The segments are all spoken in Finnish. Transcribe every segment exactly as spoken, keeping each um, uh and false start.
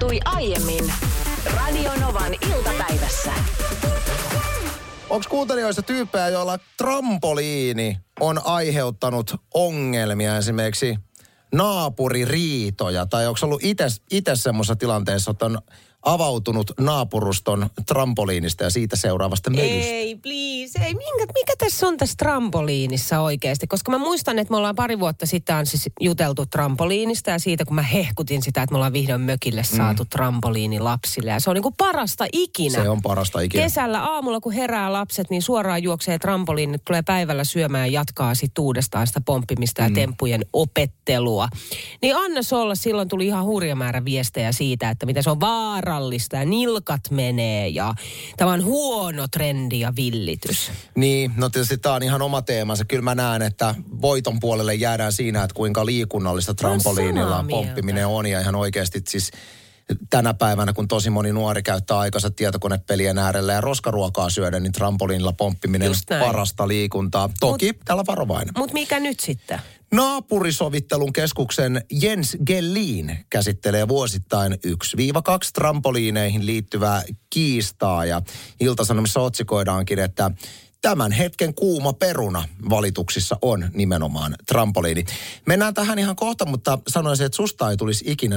tapahtui aiemmin Radionovan iltapäivässä. Onko kuuntelijoissa tyyppejä, joilla trampoliini on aiheuttanut ongelmia, esimerkiksi naapuririitoja? Tai onko ollut itse semmoisessa tilanteessa, että on avautunut naapuruston trampoliinista ja siitä seuraavasta mölystä? Ei, please, ei. Minkä, mikä tässä on tässä trampoliinissa oikeasti? Koska mä muistan, että me ollaan pari vuotta sitten on siis juteltu trampoliinista ja siitä, kun mä hehkutin sitä, että me ollaan vihdoin mökille saatu mm. trampoliini lapsille. Ja se on niin kuin parasta ikinä. Se on parasta ikinä. Kesällä aamulla, kun herää lapset, niin suoraan juoksee trampoliini, tulee päivällä syömään ja jatkaa sitten uudestaan sitä pomppimista ja mm. temppujen opettelua. Niin anna olla, silloin tuli ihan hurja määrä viestejä siitä, että mitä se on vaara. Ja nilkat menee ja tämä on huono trendi ja villitys. Niin, no tietysti tämä on ihan oma teemansa. Kyllä mä näen, että voiton puolelle jäädään siinä, että kuinka liikunnallista trampoliinilla pomppiminen on. Ja ihan oikeasti siis tänä päivänä, kun tosi moni nuori käyttää aikansa tietokonepelien äärellä ja roskaruokaa syödä, niin trampoliinilla pomppiminen on parasta liikuntaa. Toki mut, täällä varovainen. Mutta mikä nyt sitten? Naapurisovittelun keskuksen Jens Gellin käsittelee vuosittain yksi kaksi trampoliineihin liittyvää kiistaa. Ja Ilta-Sanomissa otsikoidaankin, että tämän hetken kuuma peruna valituksissa on nimenomaan trampoliini. Mennään tähän ihan kohta, mutta sanoisin, että susta ei tulisi ikinä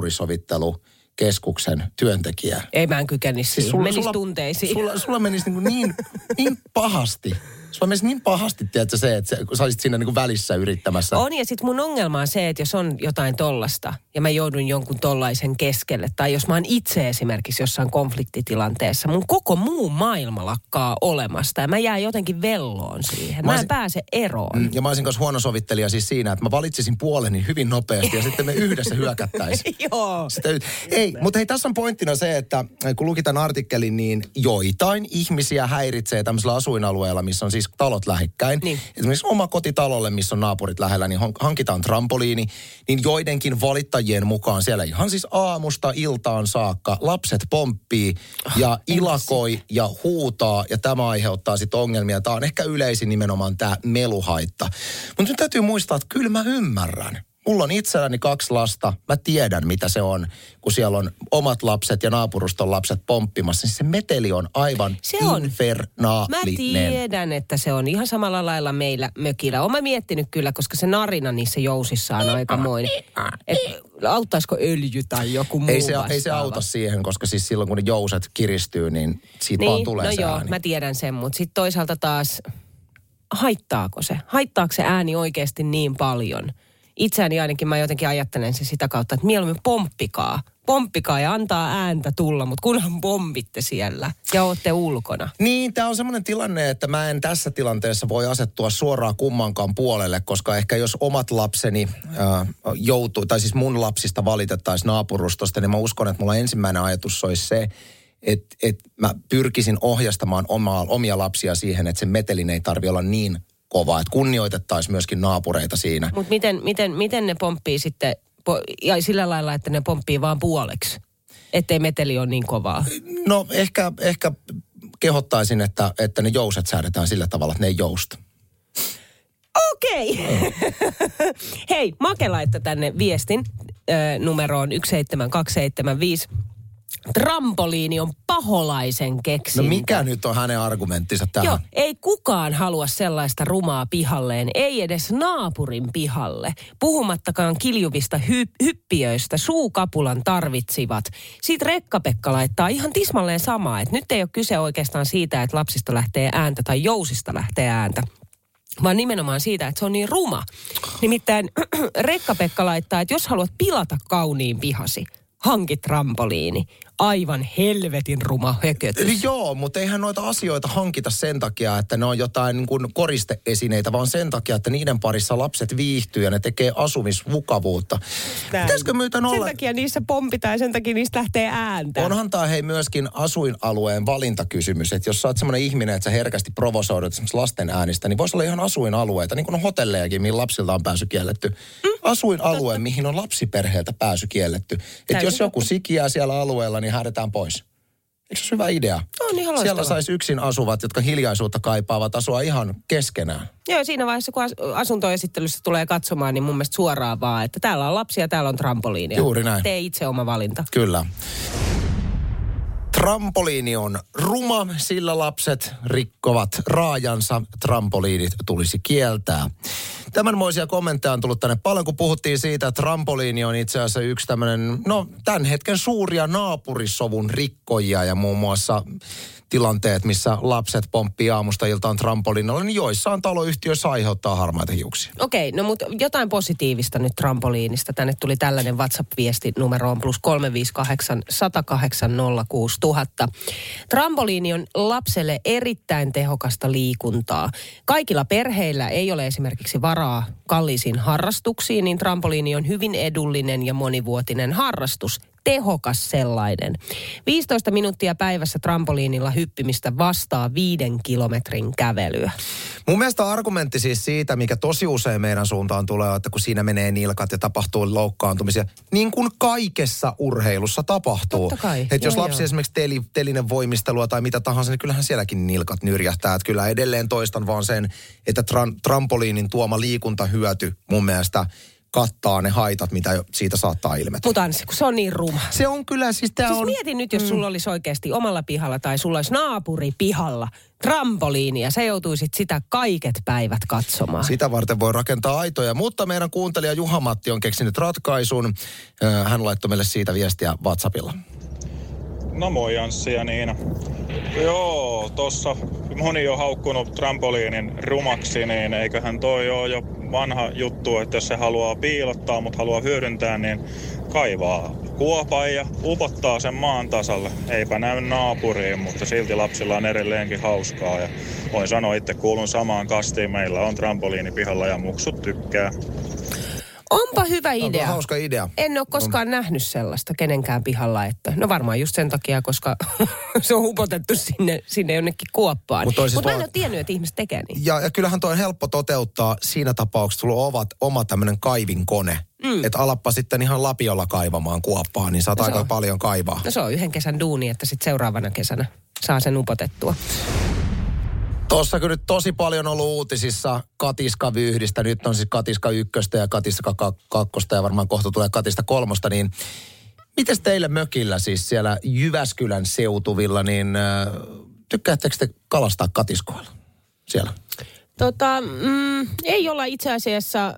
naapurisovittelukeskuksen työntekijää. Ei mä en kykenisi siis sulla, menisi sulla, tunteisiin. Sulla, sulla menisi niin, niin, niin pahasti. Sulla menisi niin pahasti, tiedätkö se, että sä olisit siinä niin kuin välissä yrittämässä. On, ja sitten mun ongelma on se, että jos on jotain tollasta, ja mä joudun jonkun tollaisen keskelle, tai jos mä oon itse esimerkiksi jossain konfliktitilanteessa, mun koko muu maailma lakkaa olemasta, ja mä jään jotenkin velloon siihen. Mä, mä olisin, en pääse eroon. Ja mä olisin kanssa huono sovittelija siis siinä, että mä valitsisin puoleni hyvin nopeasti, ja sitten me yhdessä hyökättäisiin. Joo. Sitten, ei, mutta hei, tässä on pointtina se, että kun luki tämän artikkelin, niin joitain ihmisiä häiritsee tämmöisellä asuinalueella, missä on siis talot lähekkäin. Niin. Esimerkiksi oma kotitalolle, missä on naapurit lähellä, niin hankitaan trampoliini. Niin joidenkin valittajien mukaan siellä ihan siis aamusta iltaan saakka lapset pomppii ja oh, ilakoi ja huutaa. Ja tämä aiheuttaa sitten ongelmia. Tämä on ehkä yleisin nimenomaan tämä meluhaitta. Mutta nyt täytyy muistaa, että kyllä mä ymmärrän. Mulla on itselläni kaksi lasta. Mä tiedän, mitä se on, kun siellä on omat lapset ja naapuruston lapset pomppimassa. Se meteli on aivan se on. infernaalinen. Mä tiedän, että se on ihan samalla lailla meillä mökillä. Oon mä miettinyt kyllä, koska se narina niissä jousissa on aikamoinen. Auttaisiko öljy tai joku muu ei se, ei se auta siihen, koska siis silloin kun ne jouset kiristyy, niin siitä niin, vaan tulee no se joo, ääni. Mä tiedän sen, mutta sitten toisaalta taas, haittaako se? Haittaako se ääni oikeasti niin paljon? Itseäni ainakin mä jotenkin ajattelen se sitä kautta, että mieluummin pomppikaa. Pomppikaa ja antaa ääntä tulla, mutta kunhan pompitte siellä ja ootte ulkona. Niin, tämä on semmoinen tilanne, että mä en tässä tilanteessa voi asettua suoraan kummankaan puolelle, koska ehkä jos omat lapseni äh, joutuu, tai siis mun lapsista valitettaisiin naapurustosta, niin mä uskon, että mulla ensimmäinen ajatus olisi se, että, että mä pyrkisin ohjastamaan omaa, omia lapsia siihen, että se metelin ei tarvitse olla niin kovaa, että kunnioitettaisiin myöskin naapureita siinä. Mutta miten, miten, miten ne pomppii sitten, ja sillä lailla, että ne pomppii vaan puoleksi, ettei meteli ole niin kovaa? No ehkä, ehkä kehottaisin, että, että ne jouset säädetään sillä tavalla, että ne ei jousta. Okei. Okay. Hei, Make laittoi tänne viestin äh, numeroon yksi seitsemän kaksi seitsemän viisi. Trampoliini on paholaisen keksintö. No mikä nyt on hänen argumenttinsa tähän? Joo, ei kukaan halua sellaista rumaa pihalleen, ei edes naapurin pihalle. Puhumattakaan kiljuvista hy- hyppiöistä, suukapulan tarvitsivat. Sitten Rekka-Pekka laittaa ihan tismalleen samaa, että nyt ei ole kyse oikeastaan siitä, että lapsista lähtee ääntä tai jousista lähtee ääntä. Vaan nimenomaan siitä, että se on niin ruma. Nimittäin Rekka-Pekka laittaa, että jos haluat pilata kauniin pihasi, hanki trampoliini. Aivan helvetin ruma hökötys. Joo, mutta eihän noita asioita hankita sen takia, että ne on jotain niin kuin koristeesineitä, vaan sen takia, että niiden parissa lapset viihtyy ja ne tekee asumismukavuutta. Pitäisikö myöten olla? Sen takia niissä pompitaan ja sen takia niistä lähtee ääntä. Onhan tämä hei myöskin asuinalueen valintakysymys, että jos sä oot semmoinen ihminen, että sä herkästi provosoidut esimerkiksi lasten äänistä, niin voisi olla ihan asuinalueita, niin kuin on hotellejakin, mihin lapsilta on pääsy kielletty. Mm, asuinalue, totta. Mihin on lapsiperheeltä pääsy kielletty. Että jos joku sikiää siellä alueella, niin häädetään pois. Eikö se hyvä idea? On ihan loistava. Siellä saisi yksin asuvat, jotka hiljaisuutta kaipaavat, asua ihan keskenään. Joo, siinä vaiheessa, kun asuntoesittelyssä tulee katsomaan, niin mun mielestä suoraan vaan, että täällä on lapsia, täällä on trampoliinia. Juuri näin. Tee itse oma valinta. Kyllä. Trampoliini on ruma, sillä lapset rikkovat raajansa. Trampoliinit tulisi kieltää. Tämänmoisia kommentteja on tullut tänne paljon, kun puhuttiin siitä, että trampoliini on itse asiassa yksi tämmöinen, no tämän hetken suuria naapurisovun rikkoja ja muun muassa tilanteet, missä lapset pomppii aamusta iltaan trampoliinilla, niin joissain taloyhtiöissä aiheuttaa harmaita hiuksia. Okei, no mutta jotain positiivista nyt trampoliinista. Tänne tuli tällainen WhatsApp-viesti numeroon plus kolme viisi kahdeksan, yksi nolla kahdeksan, nolla kuusi tuhatta. Trampoliini on lapselle erittäin tehokasta liikuntaa. Kaikilla perheillä ei ole esimerkiksi varaa kalliisiin harrastuksiin, niin trampoliini on hyvin edullinen ja monivuotinen harrastus. Tehokas sellainen. viisitoista minuuttia päivässä trampoliinilla hyppimistä vastaa viiden kilometrin kävelyä. Mun mielestä argumentti siis siitä, mikä tosi usein meidän suuntaan tulee, että kun siinä menee nilkat ja tapahtuu loukkaantumisia, niin kuin kaikessa urheilussa tapahtuu. Totta kai. Että jos joo, lapsi joo. esimerkiksi teli, telinen voimistelua tai mitä tahansa, niin kyllähän sielläkin nilkat nyrjähtää. Että kyllä edelleen toistan vaan sen, että tra- trampoliinin tuoma liikuntahyöty mun mielestä kattaa ne haitat, mitä siitä saattaa ilmetä. Mutta Anssi, kun se on niin ruma. Se on kyllä, siis tää Siis on... mieti nyt, jos sulla olisi oikeasti omalla pihalla tai sulla olisi naapuri pihalla trampoliini ja sä joutuisit sitä kaiket päivät katsomaan. Sitä varten voi rakentaa aitoja, mutta meidän kuuntelija Juha-Matti on keksinyt ratkaisun. Hän laittoi meille siitä viestiä WhatsAppilla. No moi Anssi ja Niina. Joo, tossa moni on haukkunut trampoliinin rumaksi, niin eiköhän toi ole jo vanha juttu, että jos se haluaa piilottaa, mutta haluaa hyödyntää, niin kaivaa kuopan ja upottaa sen maan tasalle. Eipä näy naapuriin, mutta silti lapsilla on edelleenkin hauskaa. Ja voin sanoa, itse kuulun samaan kastiin. Meillä on trampoliini pihalla ja muksut tykkää. Onpa hyvä idea. Onpa hauska idea. En ole koskaan on. nähnyt sellaista kenenkään pihalla, että no varmaan just sen takia, koska se on upotettu sinne, sinne jonnekin kuoppaan. Mutta Mut mä en ole tiennyt, että ihmiset tekee niin. Ja, ja kyllähän toi on helppo toteuttaa siinä tapauksessa, sulla on ovat, oma tämmöinen kaivinkone. Mm. Että alappa sitten ihan lapiolla kaivamaan kuoppaa, niin saat no aika on. paljon kaivaa. No se on yhden kesän duuni, että sitten seuraavana kesänä saa sen upotettua. Tuossa kyllä nyt tosi paljon ollut uutisissa katiskavyyhdistä. Nyt on siis katiska ykköstä ja katiska kakkosta ja varmaan kohta tulee katista kolmosta. Niin mites teille mökillä siis siellä Jyväskylän seutuvilla, niin äh, tykkäättekö te kalastaa katiskoilla siellä? Tota, mm, ei olla itse asiassa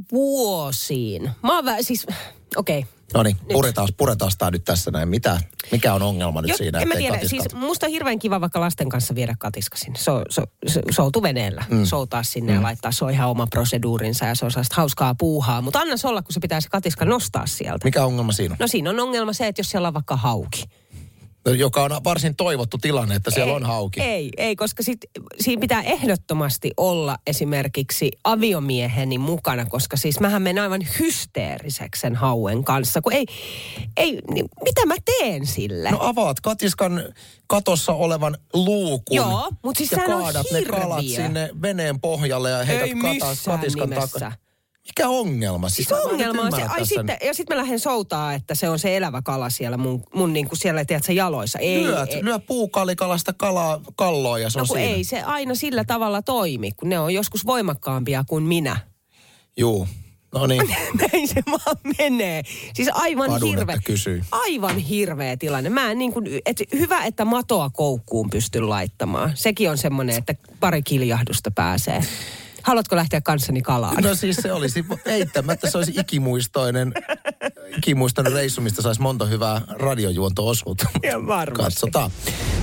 vuosiin. Mä oon vä- siis, okei. Okay. No niin, puretaan, puretaan sitä nyt tässä näin. Mitä, mikä on ongelma nyt jo, siinä, en mä ettei tiedä, katiskat? siis musta on hirveän kiva vaikka lasten kanssa viedä katiska sinne. So, so, so, soutu veneellä, mm. soutaa sinne mm. ja laittaa. Se on ihan oma proseduurinsa ja se on sellaista hauskaa puuhaa. Mutta anna se olla, kun se pitää se katiska nostaa sieltä. Mikä ongelma siinä on? No siinä on ongelma se, että jos siellä on vaikka hauki. Joka on varsin toivottu tilanne, että siellä ei, on hauki. Ei, ei, koska sit, siinä pitää ehdottomasti olla esimerkiksi aviomieheni mukana, koska siis mähän menen aivan hysteeriseksi sen hauen kanssa, kun ei, ei niin mitä mä teen sille? No avaat katiskan katossa olevan luukun. Joo, mutta siis ja sehän on kaadat ne kalat sinne veneen pohjalle ja heität katas, katiskan takaa. Mikä ongelma? Siis, siis ongelma on se, ai sitten, ja sitten mä lähden soutaa, että se on se elävä kala siellä mun, mun niin kuin siellä, tiedätkö, jaloissa. Ei, Lyöt, ei. lyö puukalikalasta kalaa, kalloa ja se no, on siinä. ei se aina sillä tavalla toimi, kun ne on joskus voimakkaampia kuin minä. Juu, no niin. Näin se vaan menee. Siis aivan Kadun, hirveä. Aivan hirveä tilanne. Mä en niin kuin, et hyvä, että matoa koukkuun pystyn laittamaan. Sekin on semmoinen, että pari kiljahdusta pääsee. Haluatko lähteä kanssani kalaan? No siis se olisi, eittämättä se olisi ikimuistoinen, ikimuistoinen reissu, mistä saisi monta hyvää radiojuonto-osuutta. Ja varmasti. Katsotaan.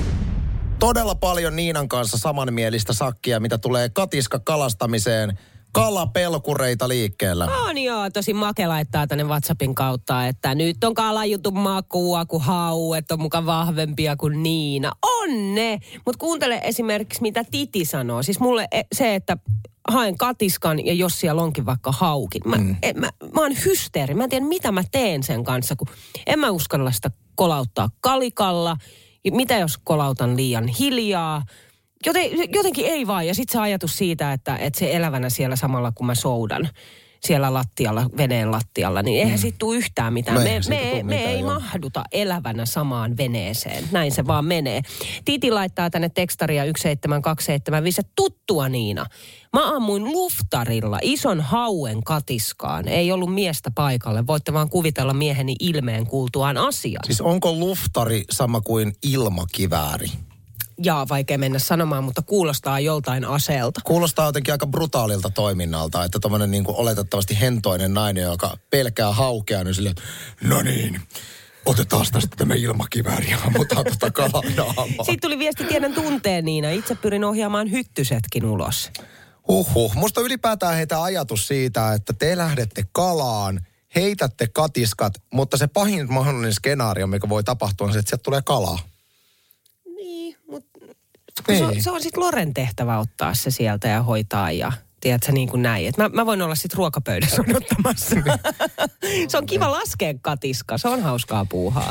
Todella paljon Niinan kanssa samanmielistä sakkia, mitä tulee katiska kalastamiseen. Kalapelkureita liikkeellä. On joo, tosi make laittaa tänne WhatsAppin kautta, että nyt on kalajutun makua, kun hauet on muka vahvempia kuin Niina. On ne! Mutta kuuntele esimerkiksi, mitä Titi sanoo. Siis mulle se, että haen katiskan ja jos siellä onkin vaikka haukin. Mä, mm. en, mä, mä oon hysteeri. Mä en tiedä, mitä mä teen sen kanssa, kun en mä uskalla sitä kolauttaa kalikalla. Ja mitä jos kolautan liian hiljaa? Joten, jotenkin ei vaan. Ja sitten se ajatus siitä, että, että se elävänä siellä samalla kun mä soudan. siellä lattialla, veneen lattialla, niin eihän mm. siitä tule yhtään mitään. No me me, me, me ei joo. mahduta elävänä samaan veneeseen. Näin se vaan menee. Titi laittaa tänne tekstaria yksi seitsemän kaksi seitsemän viisi. Tuttua Niina. Mä ammuin luftarilla ison hauen katiskaan. Ei ollut miestä paikalle. Voitte vaan kuvitella mieheni ilmeen kuultuaan asian. Siis onko luftari sama kuin ilmakivääri? Jaa, vaikea mennä sanomaan, mutta kuulostaa joltain aseelta. Kuulostaa jotenkin aika brutaalilta toiminnalta, että tommonen niin kuin oletettavasti hentoinen nainen, joka pelkää haukea, niin silleen, no niin, otetaan tästä tämä ilmakivääri ja ammutaan tuota kalaa naamaa. Siitä tuli viesti tiedän tunteen, Niina. Itse pyrin ohjaamaan hyttysetkin ulos. Huhhuh. Musta ylipäätään heitä ajatus siitä, että te lähdette kalaan, heitätte katiskat, mutta se pahin mahdollinen skenaario, mikä voi tapahtua, on se, että sieltä tulee kalaa. Niin, mutta se on, se on sitten Loren tehtävä ottaa se sieltä ja hoitaa ja tiedätkö niin kuin näin. Et mä, mä voin olla sitten ruokapöydässä odottamassa. Se on kiva laskea katiska, se on hauskaa puuhaa.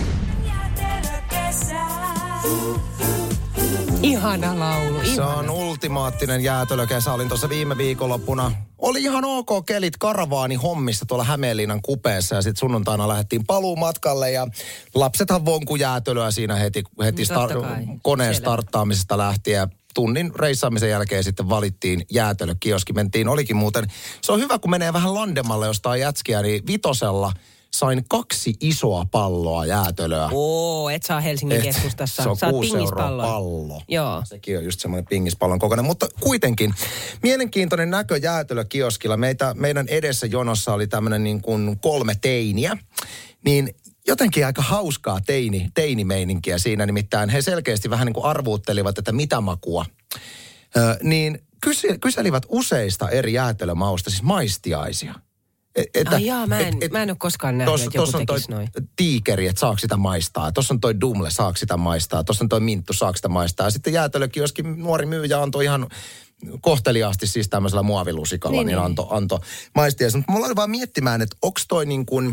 Ihana laulu. Ihana. Se on ultimaattinen jäätelökesä. Olin tuossa viime viikonloppuna. Oli ihan ok kelit karavaani hommissa tuolla Hämeenlinnan kupeessa ja sitten sunnuntaina lähdettiin paluumatkalle ja lapsethan vonku jäätelöä siinä heti, heti star- koneen starttaamisesta lähtien. Tunnin reissaamisen jälkeen sitten valittiin jäätelökioski. Mentiin, olikin muuten, se on hyvä kun menee vähän landemalle jostain jätskiä, niin vitosella sain kaksi isoa palloa jäätelöä. Oo, et saa Helsingin et, keskustassa. Se on Saat kuusi euroa pallo. Joo. Sekin on just semmoinen pingispallon kokoinen. Mutta kuitenkin mielenkiintoinen näkö jäätelökioskilla. Meitä, meidän edessä jonossa oli tämmöinen niin kuin kolme teiniä. Niin jotenkin aika hauskaa teini, teinimeininkiä siinä. Nimittäin he selkeästi vähän niin kuin arvuuttelivat, että mitä makua. Ö, niin kyselivät useista eri jäätelömausta, siis maistiaisia. Että, Ai jaa, mä en, et, et, mä en ole koskaan nähnyt, tos, että joku tekisi noin. Tiikeri, että saako sitä maistaa. Tuossa on toi Dumle, saako sitä maistaa. Tuossa on toi Minttu, saako sitä maistaa. Ja sitten jäätelökioskin nuori myyjä antoi ihan kohteliaasti siis tämmöisellä muovilusikalla, niin, niin antoi anto maistia. Mutta mulla oli vaan miettimään, että onko toi niin kuin,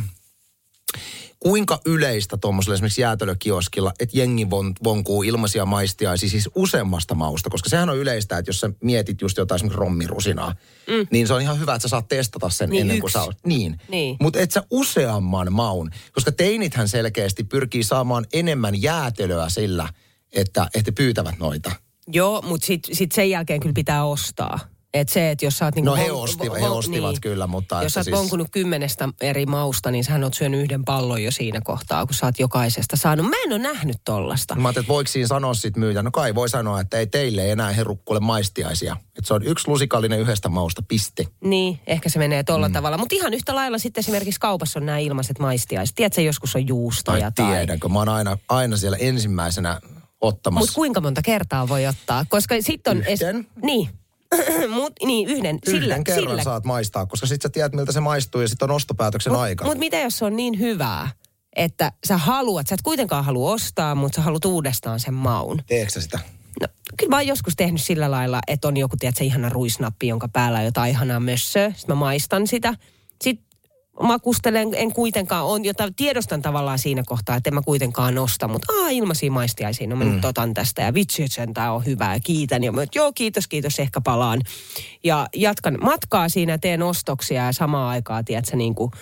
kuinka yleistä tuommoisella esimerkiksi jäätelökioskilla, että jengi von, vonkuu ilmaisia maistiaisia siis useammasta mausta. Koska sehän on yleistä, että jos sä mietit just jotain esimerkiksi rommirusinaa, mm. niin se on ihan hyvä, että sä saat testata sen niin ennen kuin sä oot. Niin. niin. Mutta et sä useamman maun. Koska teinithän selkeästi pyrkii saamaan enemmän jäätelöä sillä, että, että pyytävät noita. Joo, mutta sitten sit sen jälkeen kyllä pitää ostaa. Että se, että jos sä oot niinku... No he, osti, he ostivat niin, kyllä, mutta... Jos sä oot siis vonkunut kymmenestä eri mausta, niin sähän oot syönyt yhden pallon jo siinä kohtaa, kun sä oot jokaisesta saanut. Mä en ole nähnyt tollasta. Mä ajattelin, että voiko siinä sanoa sit myyjä? No kai voi sanoa, että ei teille enää herukkuille maistiaisia. Että se on yksi lusikallinen yhdestä mausta, piste. Niin, ehkä se menee tolla mm. tavalla. Mutta ihan yhtä lailla sitten esimerkiksi kaupassa on nämä ilmaiset maistiaiset. Tiedätkö, joskus on juustoja tai... Tiedänkö, mä oon aina, aina siellä ensimmäisenä ottamassa. Mutta kuinka monta kertaa voi ottaa? Koska sit on... Yhden? Es... Niin. Mut, niin, yhden. Yhden sillä, kerran sillä. saat maistaa, koska sit sä tiedät, miltä se maistuu ja sit on ostopäätöksen mut, aika. Mutta mitä jos se on niin hyvää, että sä haluat, sä et kuitenkaan halua ostaa, mutta sä haluat uudestaan sen maun. Teekö sä sitä? No, kyllä mä oon joskus tehnyt sillä lailla, että on joku, tiedätkö, ihana ruisnappi, jonka päällä on jotain ihanaa mössöä. Sitten mä maistan sitä. Sitten makustelen, en kuitenkaan, on, jota tiedostan tavallaan siinä kohtaa, että en mä kuitenkaan osta, mutta aah, ilmaisia maistiaisia, no mä mm. nyt otan tästä ja vitsi, että sen tää on hyvä ja kiitän. Ja mä, että joo, kiitos, kiitos, ehkä palaan. Ja jatkan matkaa siinä, teen ostoksia ja samaan aikaan, tiedätkö, niin kuin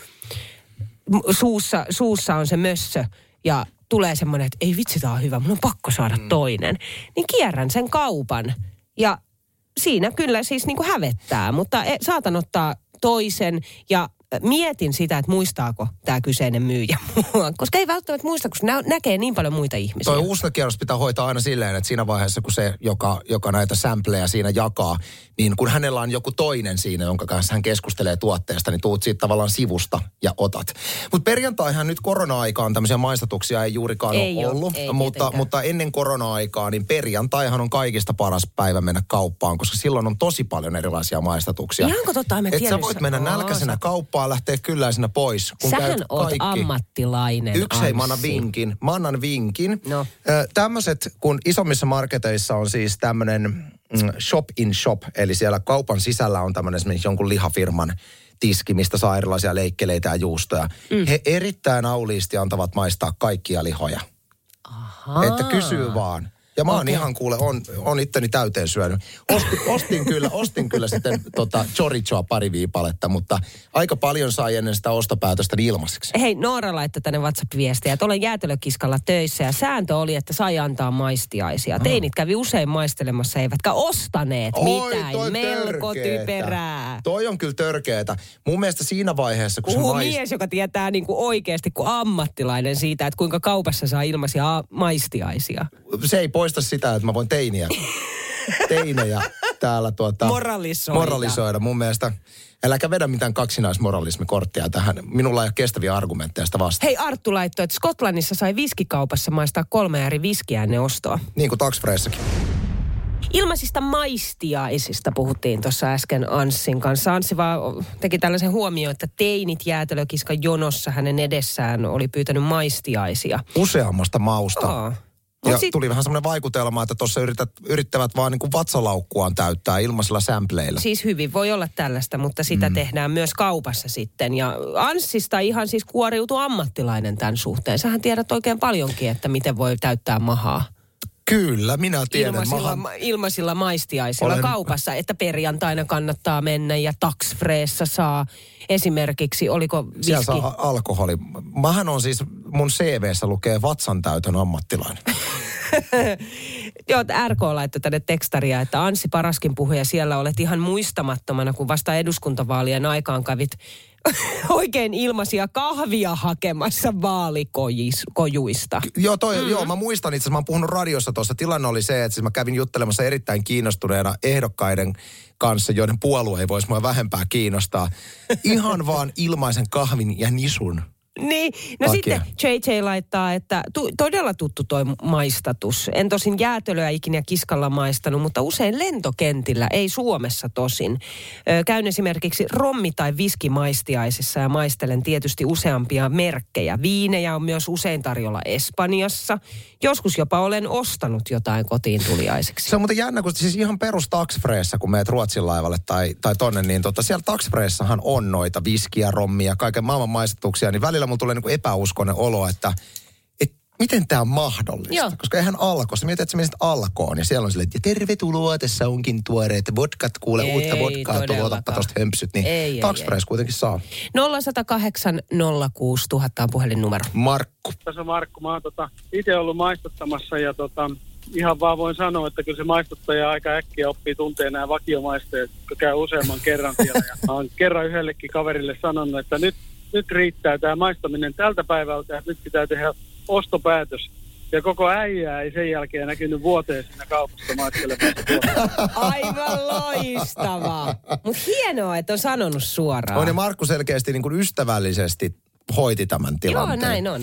suussa, suussa on se mössö ja tulee semmoinen, että ei vitsi, tää on hyvä, mun on pakko saada mm. toinen. Niin kierrän sen kaupan ja siinä kyllä siis niin kuin hävettää, mutta saatan ottaa toisen ja mietin sitä, että muistaako tämä kyseinen myyjä mua. Koska ei välttämättä muista, kun nä- näkee niin paljon muita ihmisiä. Toi uusnakierros pitää hoitaa aina silleen, että siinä vaiheessa, kun se, joka, joka näitä sampleja siinä jakaa, niin kun hänellä on joku toinen siinä, jonka kanssa hän keskustelee tuotteesta, niin tuut siitä tavallaan sivusta ja otat. Mutta perjantaihan nyt korona-aikaan tämmöisiä maistatuksia ei juurikaan ei ole ollut. Ei mutta, mutta ennen korona-aikaa, niin perjantaihan on kaikista paras päivä mennä kauppaan, koska silloin on tosi paljon erilaisia maistatuksia. Ihanko totta, mä tiedän. Että sä voit mennä oh, nälkäisenä sä... kauppaan, lähteä kylläisenä pois. Kun sähän oot kaikki. Ammattilainen, Yksi hei, mä annan vinkin. Mä annan vinkin. No. Tämmöiset, kun isommissa marketeissa on siis tämmöinen shop in shop, eli siellä kaupan sisällä on tämmöinen esimerkiksi jonkun lihafirman tiski, mistä saa erilaisia leikkeleitä ja juustoja. Mm. He erittäin auliisti antavat maistaa kaikkia lihoja. Ahaa. Että kysyy vaan. Ja mä oon Okay. ihan kuule, on, on itteni täyteen syönyt. Ostin, ostin kyllä, ostin kyllä sitten tota chorizoa pari viipaletta, mutta aika paljon sai ennen sitä ostopäätöstä ilmaiseksi. Hei, Noora laittoi tänne WhatsApp-viestiä, että olen jäätelökiskalla töissä ja sääntö oli, että sai antaa maistiaisia. Teinit kävi usein maistelemassa, eivätkä ostaneet Oi, mitään. toi Melko törkeetä. typerää. Toi on kyllä törkeetä. Mun mielestä siinä vaiheessa, kun Puhuu se maist... mies, joka tietää niinku oikeasti kuin ammattilainen siitä, että kuinka kaupassa saa ilmaisia a- maistiaisia. Se ei poista sitä, että mä voin teiniä, teinejä täällä tuota... Moralisoida. Moralisoida. Mun mielestä, äläkä vedä mitään kaksinaismoralismikorttia tähän. Minulla ei ole kestäviä argumentteja sitä vastaan. Hei, Arttu laittoi, että Skotlannissa sai viskikaupassa maistaa kolme eri viskiä ennen ostoa. Niin kuin taksifreissakin. Ilmaisista maistiaisista puhuttiin tuossa äsken Anssin kanssa. Anssi vaan teki tällaisen huomioon, että teinit jäätelökiskan jonossa hänen edessään oli pyytänyt maistiaisia. Useammasta mausta. Aa. Ja Mut sit- tuli vähän semmoinen vaikutelma, että tuossa yrität, yrittävät vaan niin kuin vatsalaukkuaan täyttää ilmaisilla sampleilla. Siis hyvin voi olla tällaista, mutta sitä mm. tehdään myös kaupassa sitten. Ja Anssista ihan siis kuoriutui ammattilainen tämän suhteen. Sähän tiedät oikein paljonkin, että miten voi täyttää mahaa. Kyllä, minä tiedän. Ilmaisilla, Mahan... ilmaisilla maistiaisilla Olen... kaupassa, että perjantaina kannattaa mennä ja taksfreessa saa esimerkiksi, oliko viski? Siellä saa alkoholi. Mähän on siis, mun C V:ssä lukee vatsan täytön ammattilainen. Joo, R K laittoi tänne tekstaria, että Anssi Paraskin puhui ja siellä olet ihan muistamattomana, kun vasta eduskuntavaalien aikaan kävit oikein ilmaisia kahvia hakemassa vaalikojuista. Joo, toi, mm-hmm. joo, mä muistan itse asiassa, mä oon puhunut radiossa tuossa. Tilanne oli se, että siis mä kävin juttelemassa erittäin kiinnostuneena ehdokkaiden kanssa, joiden puolue ei voisi mua vähempää kiinnostaa. Ihan vaan ilmaisen kahvin ja nisun. Niin, no takia. sitten J J laittaa, että tu, todella tuttu toi maistatus. En tosin jäätelöä ikinä kiskalla maistanut, mutta usein lentokentillä, ei Suomessa tosin. Ö, käyn esimerkiksi rommi- tai viskimaistiaisissa ja maistelen tietysti useampia merkkejä. Viinejä on myös usein tarjolla Espanjassa. Joskus jopa olen ostanut jotain kotiin tuliaiseksi. Se on muuten jännä, kun siis ihan perus taksifreessa, kun meet Ruotsin laivalle tai, tai tonne, niin tota, siellä taksifreessahan on noita viskiä, rommia, kaiken maailman maistatuksia, niin välillä mulla tulee niinku epäuskoinen olo, että et, miten tämä on mahdollista? Joo. Koska eihän Alko, sä mietit, että sä menisit Alkoon ja siellä on silleen, että tervetuloa, tässä onkin tuoreet vodkat, kuule Ei uutta vodkaa, tuotappa tosta hömpsyt, niin taksifreessa kuitenkin saa. nolla yksi nolla kahdeksan nolla kuusi nolla nolla nolla on puhelinnumero. Markku. Tässä on Markku. Mä oon tota, itse ollut maistuttamassa ja tota, ihan vaan voin sanoa, että kyllä se maistuttaja aika äkkiä oppii tuntee nämä vakiomaistajat, jotka käy useamman kerran siellä. Ja mä oon kerran yhdellekin kaverille sanonut, että nyt, nyt riittää tämä maistaminen tältä päivältä, että nyt pitää tehdä ostopäätös. Ja koko äijää ei sen jälkeen näkynyt vuoteen siinä kaupassa maistelemassa. Aivan loistavaa. Mutta hienoa, että on sanonut suoraan. On ja Markku selkeästi niin kuin ystävällisesti hoiti tämän tilanteen. Joo, näin on.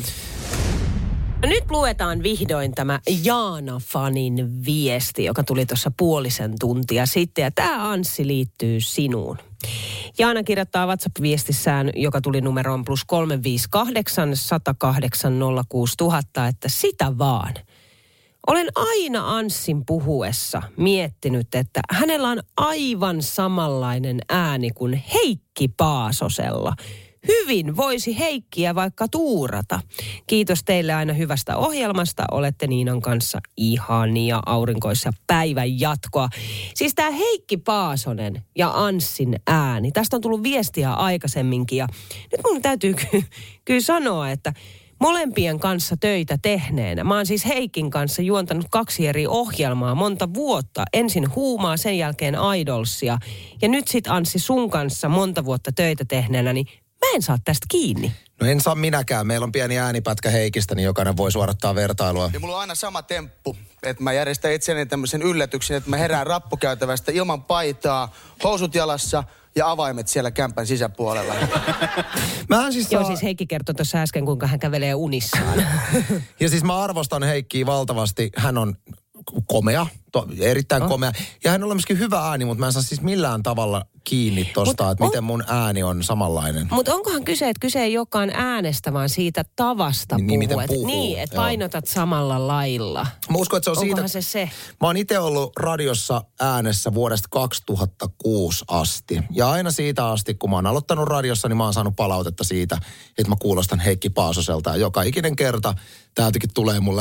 No nyt luetaan vihdoin tämä Jaana-fanin viesti, joka tuli tuossa puolisen tuntia sitten. Ja tämä Anssi liittyy sinuun. Jaana kirjoittaa WhatsApp-viestissään, joka tuli numeroon plus kolme viisi kahdeksan, sata kahdeksan, nolla kuusi tuhatta, että sitä vaan. Olen aina Anssin puhuessa miettinyt, että hänellä on aivan samanlainen ääni kuin Heikki Paasosella. Hyvin voisi Heikkiä vaikka tuurata. Kiitos teille aina hyvästä ohjelmasta. Olette Niinan kanssa ihania aurinkoissa päivän jatkoa. Siis tämä Heikki Paasonen ja Anssin ääni. Tästä on tullut viestiä aikaisemminkin ja nyt mun täytyy ky- kyllä sanoa, että molempien kanssa töitä tehneenä. Mä oon siis Heikin kanssa juontanut kaksi eri ohjelmaa monta vuotta. Ensin Huumaa, sen jälkeen Idolsia. Ja nyt sit Anssi sun kanssa monta vuotta töitä tehneenä, niin mä en saa tästä kiinni. No en saa minäkään. Meillä on pieni äänipätkä Heikistä, niin jokainen voi suorattaa vertailua. Ja mulla on aina sama temppu, että mä järjestän itseni tämmöisen yllätyksen, että mä herään rappukäytävästä ilman paitaa, housut jalassa ja avaimet siellä kämpän sisäpuolella. Mä siis Joo, saa... siis Heikki kertoi tuossa äsken, kuinka hän kävelee unissaan. Ja siis mä arvostan Heikkiä valtavasti. Hän on komea, to, erittäin oh. komea. Ja hän on myöskin hyvä ääni, mutta mä en saa siis millään tavalla kiinni tosta, Mut että on... miten mun ääni on samanlainen. Mutta onkohan kyse, että kyse ei olekaan äänestä, vaan siitä tavasta niin, puhua. miten Et, puhuu. niin, että painotat samalla lailla. Mä uskon, että se on onkohan siitä... se se? Mä oon itse ollut radiossa äänessä vuodesta kaksituhattakuusi asti. Ja aina siitä asti, kun mä oon aloittanut radiossa, niin mä oon saanut palautetta siitä, että mä kuulostan Heikki Paasoselta. Ja joka ikinen kerta täältäkin tulee mulle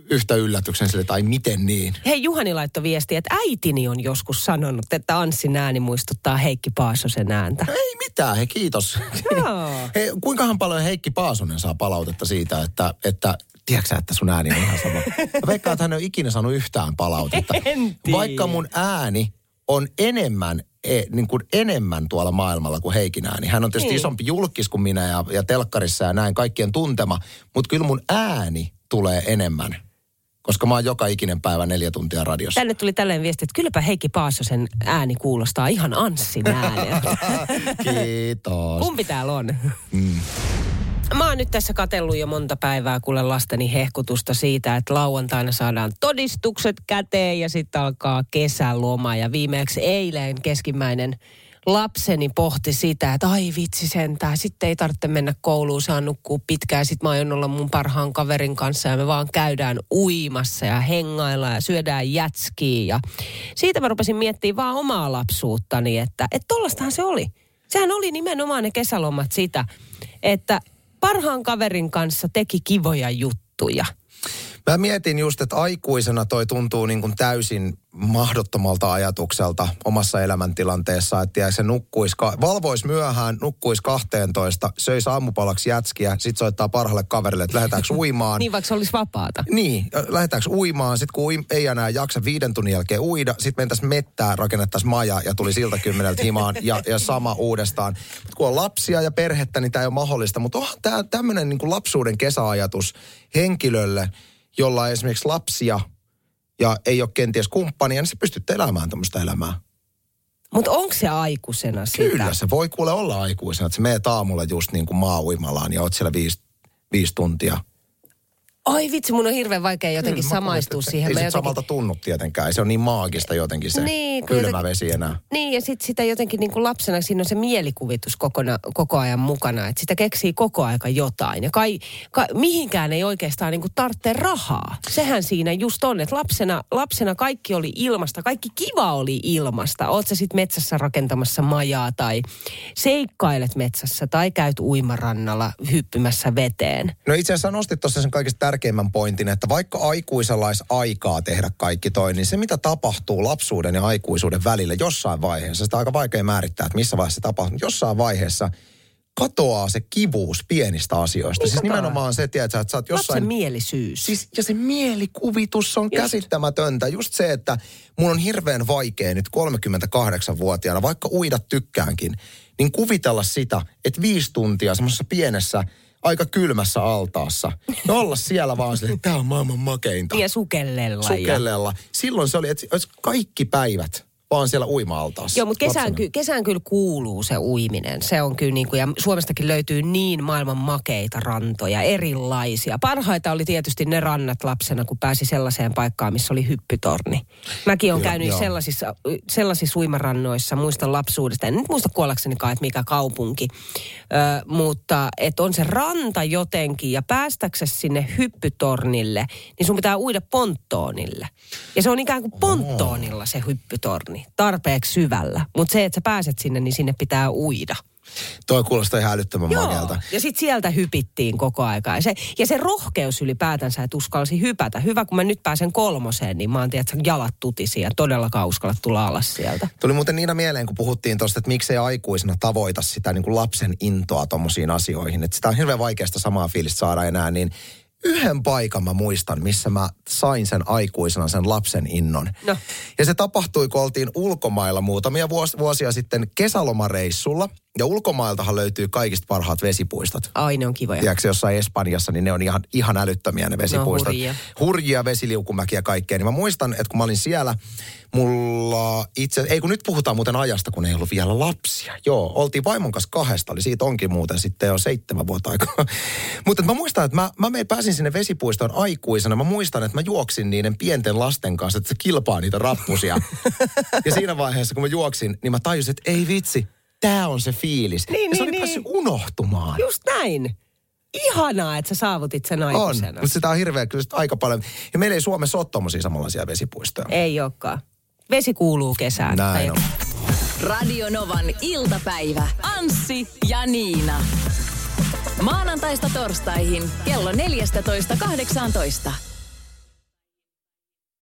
yhtä yllätyksen sille, tai miten niin? Hei, Juhani laittoi viesti, että äitini on joskus sanonut, että Anssin ääni muistuttaa Heikki Paasosen ääntä. Ei mitään, hei kiitos. Hei, kuinkahan paljon Heikki Paasonen saa palautetta siitä, että, että tiedätkö sä, että sun ääni on ihan sama? Veikkaan, että hän ei ole ikinä saanut yhtään palautetta. Vaikka mun ääni on enemmän, e, niin kuin enemmän tuolla maailmalla kuin Heikin ääni. Hän on tietysti niin. isompi julkis kuin minä ja, ja telkkarissa ja näin kaikkien tuntema, mutta kyllä mun ääni tulee enemmän, koska mä oon joka ikinen päivä neljä tuntia radiossa. Tänne tuli tällainen viesti, että kylläpä Heikki Paasosen ääni kuulostaa ihan Anssin ääneltä. Kiitos. Kumpi täällä on? Mm. Mä oon nyt tässä katsellut jo monta päivää kuule lasteni hehkutusta siitä, että lauantaina saadaan todistukset käteen ja sitten alkaa kesäloma. Ja viimeksi eilen keskimmäinen lapseni pohti sitä, että ai vitsi sentään, sitten ei tarvitse mennä kouluun, saa nukkua pitkään. Sitten mä aion olla mun parhaan kaverin kanssa ja me vaan käydään uimassa ja hengaillaan ja syödään jätskiä. Ja siitä mä rupesin miettimään vaan omaa lapsuuttani, että että tollastahan se oli. Sehän oli nimenomaan ne kesälomat sitä, että parhaan kaverin kanssa teki kivoja juttuja. Mä mietin just, että aikuisena toi tuntuu niin kuin täysin mahdottomalta ajatukselta omassa elämäntilanteessa, että se nukkuisi, valvoisi myöhään, nukkuisi kahteentoista, söisi aamupalaksi jätskiä, sit soittaa parhaalle kaverille, että lähdetäänkö uimaan. Niin, vaikka se olisi vapaata. Niin, lähdetäänkö uimaan, sit kun ei enää jaksa viiden tunnin jälkeen uida, sit mentäisiin mettään, rakennettaisiin maja ja tuli siltä kymmeneltä himaan ja, ja sama uudestaan. Mut kun on lapsia ja perhettä, niin tämä ei ole mahdollista, mutta onhan tämä tämmöinen niin kuin lapsuuden kesäajatus henkilölle, jolla on esimerkiksi lapsia ja ei ole kenties kumppania, niin se pystytte elämään tämmöistä elämää. Mutta onko se aikuisena sitä? Kyllä, se voi kuule olla aikuisena, että sä meet aamulla just niin kuin maa-uimalaan ja oot siellä viisi, viisi tuntia. Ai vitsi, mun on hirveän vaikea jotenkin Kyllä, samaistua siihen. Ei sit jotenkin... samalta tunnu tietenkään, se on niin maagista jotenkin se niin, kylmä jotenkin... vesi enää. Niin, ja sitten sitä jotenkin niin kuin lapsena, siinä on se mielikuvitus kokona, koko ajan mukana, että sitä keksii koko aika jotain. Ja kai, kai, mihinkään ei oikeastaan niin kuin tarvitse rahaa. Sehän siinä just on, että lapsena, lapsena kaikki oli ilmasta, kaikki kiva oli ilmasta. Oot sä sitten metsässä rakentamassa majaa tai seikkailet metsässä tai käyt uimarannalla hyppymässä veteen. No itse asiassa nostit tuossa sen kaikista tärkeimmän pointin, että vaikka aikuisella olisi aikaa tehdä kaikki toi, niin se mitä tapahtuu lapsuuden ja aikuisuuden välillä jossain vaiheessa, sitä on aika vaikea määrittää, että missä vaiheessa se tapahtuu. Jossain vaiheessa katoaa se kivuus pienistä asioista. Niin siis katoaa. Nimenomaan se, tiedätkö, että sä oot jossain... Lapsen mielisyys. Siis, ja se mielikuvitus on Just. käsittämätöntä. Just se, että mun on hirveän vaikea nyt kolmekymmentäkahdeksanvuotiaana, vaikka uida tykkäänkin, niin kuvitella sitä, että viisi tuntia semmoisessa pienessä aika kylmässä altaassa. Ja olla siellä vaan silleen, että tää on maailman makeinta. Ja sukellella. Sukellella. Ja... Silloin se oli, että olisi kaikki päivät vaan siellä uima-altaassa. Joo, mutta kesään, ky- kesään kyllä kuuluu se uiminen. Se on kyllä niin kuin, ja Suomestakin löytyy niin maailman makeita rantoja, erilaisia. Parhaita oli tietysti ne rannat lapsena, kun pääsi sellaiseen paikkaan, missä oli hyppytorni. Mäkin olen käynyt joo. sellaisissa, sellaisissa uimarannoissa, muistan lapsuudesta. En nyt muista kuollaksenikaan, että mikä kaupunki. Ö, mutta että on se ranta jotenkin, ja päästäksesi sinne hyppytornille, niin sun pitää uida ponttoonille. Ja se on ikään kuin ponttoonilla se hyppytorni. Tarpeeksi syvällä. Mutta se, että sä pääset sinne, niin sinne pitää uida. Toi kuulostaa ihan älyttömän makealta. Ja sitten sieltä hypittiin koko aika. Ja se, ja se rohkeus ylipäätänsä, että uskalsi hypätä. Hyvä, kun mä nyt pääsen kolmoseen, niin mä oon tiedä, että jalat tutisi ja todellakaan uskallat tulla alas sieltä. Tuli muuten Niina mieleen, kun puhuttiin tuosta, että miksei aikuisena tavoita sitä niin kuin lapsen intoa tommosiin asioihin. Että sitä on hirveän vaikeasta samaa fiilistä saada enää, niin yhden paikan mä muistan, missä mä sain sen aikuisena sen lapsen innon. No. Ja se tapahtui, kun oltiin ulkomailla muutamia vuos, vuosia sitten kesälomareissulla. Ja ulkomailtahan löytyy kaikista parhaat vesipuistot. Ai, ne on kivoja. Tiedätkö, jossain Espanjassa, niin ne on ihan, ihan älyttömiä ne vesipuistot. No, hurjia. Hurjia vesiliukumäkiä kaikkea. Niin mä muistan, että kun mä olin siellä, mulla itse, ei kun nyt puhutaan muuten ajasta, kun ei ollut vielä lapsia. Joo, oltiin vaimon kanssa kahdesta, eli siitä onkin muuten sitten jo seitsemän vuotta aikaa. Mutta mä muistan, että mä, mä pääsin sinne vesipuistoon aikuisena. Mä muistan, että mä juoksin niiden pienten lasten kanssa, että se kilpaa niitä rappusia. Ja siinä vaiheessa, kun mä juoksin, niin mä tajusin, että ei vitsi. Tää on se fiilis. Niin, ja se niin, oli niin. päässyt unohtumaan. Just näin. Ihanaa, että sä saavutit sen aikuisena. On, mutta sitä on hirveä kyllä aika paljon. Ja meillä ei Suomessa ole tommosia samanlaisia vesipuistoja. Ei olekaan. Vesi kuuluu kesään. Näin on. Radio Novan iltapäivä. Anssi ja Niina. Maanantaista torstaihin kello neljätoista kahdeksantoista.